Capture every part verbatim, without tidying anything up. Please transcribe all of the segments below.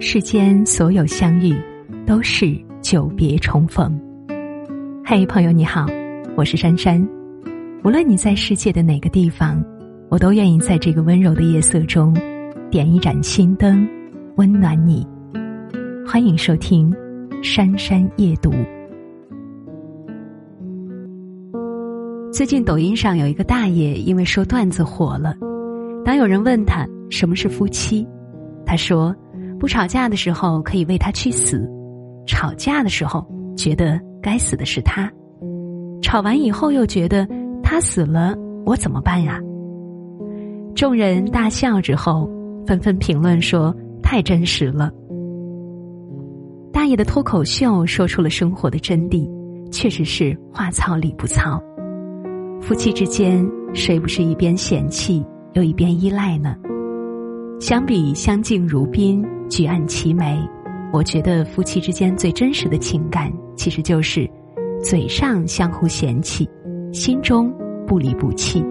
世间所有相遇，都是久别重逢。嘿，朋友你好，我是珊珊。无论你在世界的哪个地方，我都愿意在这个温柔的夜色中点一盏心灯，温暖你。欢迎收听珊珊夜读。最近抖音上有一个大爷因为说段子火了，当有人问他什么是夫妻，他说不吵架的时候可以为他去死，吵架的时候觉得该死的是他，吵完以后又觉得他死了我怎么办呀？众人大笑之后纷纷评论说太真实了。大爷的脱口秀说出了生活的真谛，确实是话糙理不糙。夫妻之间谁不是一边嫌弃又一边依赖呢？相比相敬如宾举案齐眉，我觉得夫妻之间最真实的情感其实就是嘴上相互嫌弃，心中不离不弃。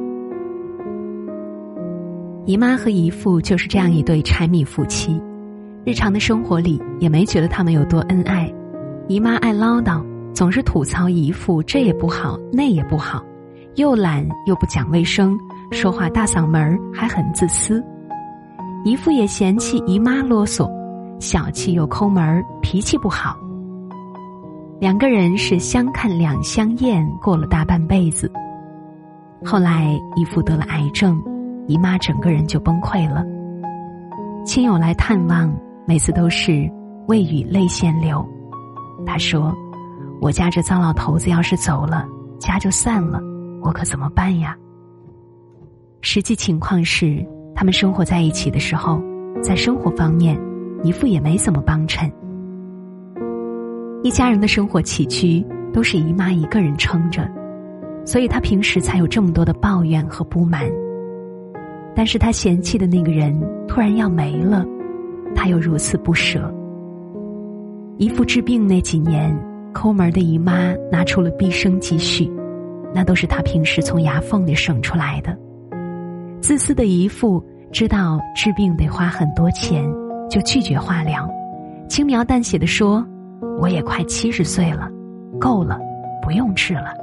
姨妈和姨父就是这样一对柴米夫妻，日常的生活里也没觉得他们有多恩爱。姨妈爱唠叨，总是吐槽姨父这也不好那也不好，又懒又不讲卫生，说话大嗓门还很自私。姨父也嫌弃姨妈啰嗦，小气又抠门，脾气不好。两个人是相看两相厌，过了大半辈子。后来姨父得了癌症，姨妈整个人就崩溃了。亲友来探望，每次都是未语泪先流。他说，我家这糟老头子要是走了，家就散了，我可怎么办呀？实际情况是，他们生活在一起的时候，在生活方面姨父也没怎么帮衬，一家人的生活起居都是姨妈一个人撑着，所以他平时才有这么多的抱怨和不满。但是他嫌弃的那个人突然要没了，他又如此不舍。姨父治病那几年，抠门的姨妈拿出了毕生积蓄，那都是他平时从牙缝里省出来的。自私的姨父知道治病得花很多钱，就拒绝化疗，轻描淡写地说，我也快七十岁了，够了，不用治了。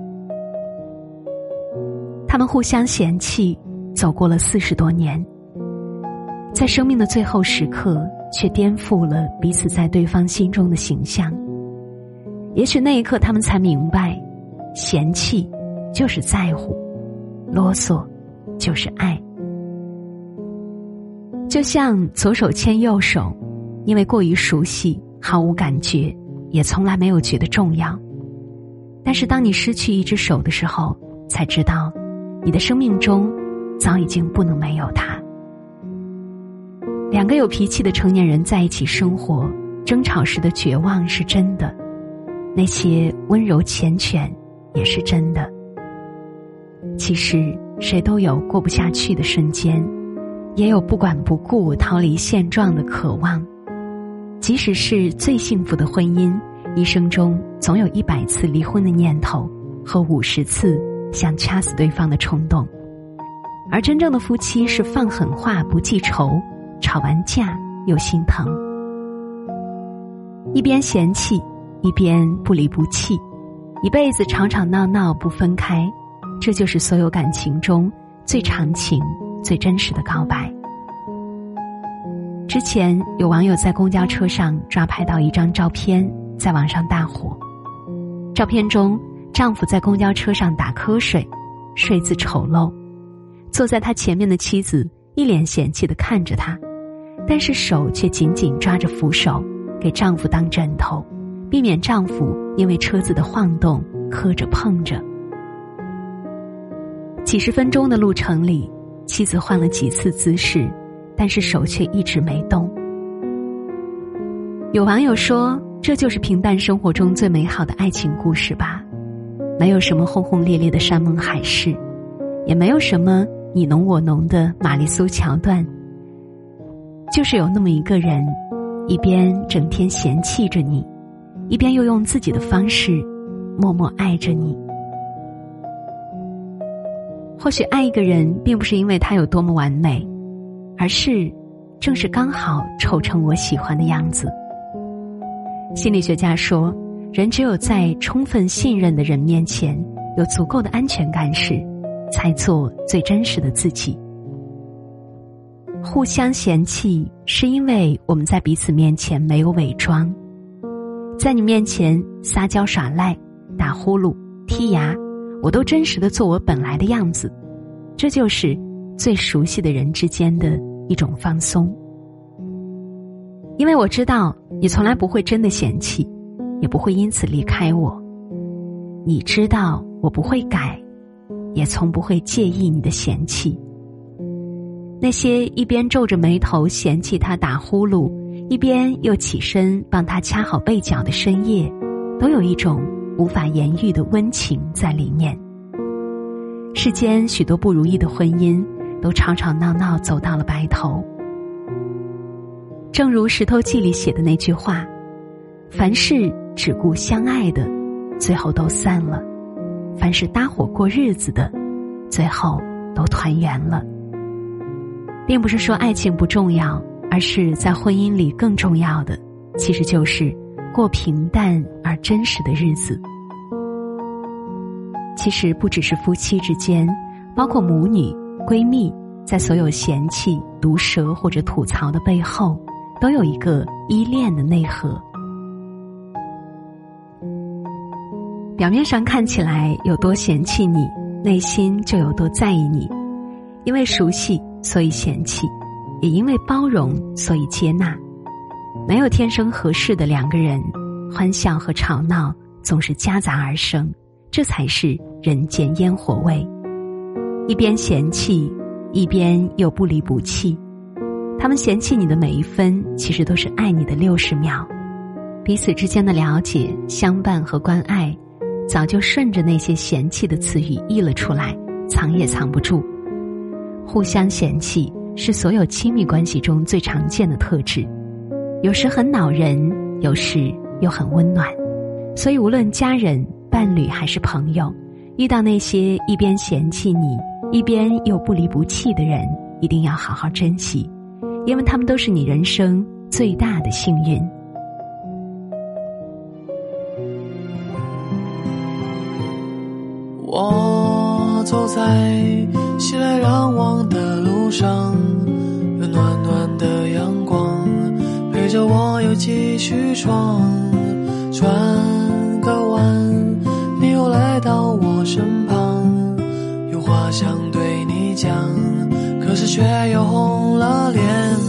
他们互相嫌弃，走过了四十多年，在生命的最后时刻，却颠覆了彼此在对方心中的形象。也许那一刻他们才明白，嫌弃就是在乎，啰嗦就是爱。就像左手牵右手，因为过于熟悉，毫无感觉，也从来没有觉得重要。但是当你失去一只手的时候，才知道你的生命中早已经不能没有它。两个有脾气的成年人在一起生活，争吵时的绝望是真的，那些温柔缱绻也是真的。其实谁都有过不下去的瞬间，也有不管不顾逃离现状的渴望。即使是最幸福的婚姻，一生中总有一百次离婚的念头和五十次想掐死对方的冲动。而真正的夫妻是放狠话不记仇，吵完架又心疼，一边嫌弃一边不离不弃，一辈子吵吵闹闹不分开，这就是所有感情中最长情最真实的告白。之前有网友在公交车上抓拍到一张照片，在网上大火。照片中丈夫在公交车上打瞌睡，睡姿丑陋，坐在他前面的妻子一脸嫌弃地看着他，但是手却紧紧抓着扶手，给丈夫当枕头，避免丈夫因为车子的晃动磕着碰着。几十分钟的路程里，妻子换了几次姿势，但是手却一直没动。有网友说，这就是平淡生活中最美好的爱情故事吧，没有什么轰轰烈烈的山盟海誓，也没有什么你侬我侬的玛丽苏桥段，就是有那么一个人，一边整天嫌弃着你，一边又用自己的方式默默爱着你。或许爱一个人并不是因为他有多么完美，而是正是刚好丑成我喜欢的样子。心理学家说，人只有在充分信任的人面前有足够的安全感时，才做最真实的自己。互相嫌弃是因为我们在彼此面前没有伪装，在你面前撒娇耍赖、打呼噜、剔牙，我都真实的做我本来的样子，这就是最熟悉的人之间的一种放松。因为我知道你从来不会真的嫌弃，也不会因此离开我，你知道我不会改，也从不会介意你的嫌弃。那些一边皱着眉头嫌弃他打呼噜，一边又起身帮他掐好被角的深夜，都有一种无法言喻的温情在里面。世间许多不如意的婚姻都吵吵闹闹走到了白头。正如《石头记》里写的那句话，凡是只顾相爱的，最后都散了；凡是搭伙过日子的，最后都团圆了。并不是说爱情不重要，而是在婚姻里更重要的，其实就是过平淡而真实的日子。其实不只是夫妻之间，包括母女、闺蜜，在所有嫌弃、毒舌或者吐槽的背后，都有一个依恋的内核。表面上看起来有多嫌弃你，内心就有多在意你。因为熟悉，所以嫌弃，也因为包容，所以接纳。没有天生合适的两个人，欢笑和吵闹总是夹杂而生，这才是人间烟火味。一边嫌弃，一边又不离不弃。他们嫌弃你的每一分，其实都是爱你的六十秒。彼此之间的了解、相伴和关爱，早就顺着那些嫌弃的词语溢了出来，藏也藏不住。互相嫌弃是所有亲密关系中最常见的特质，有时很恼人，有时又很温暖。所以无论家人、伴侣还是朋友，遇到那些一边嫌弃你，一边又不离不弃的人，一定要好好珍惜，因为他们都是你人生最大的幸运。 我走在熙来攘往的路上，有暖暖的阳光陪着我又继续闯，转个弯你又来到我身旁，有话想对你讲，可是却又红了脸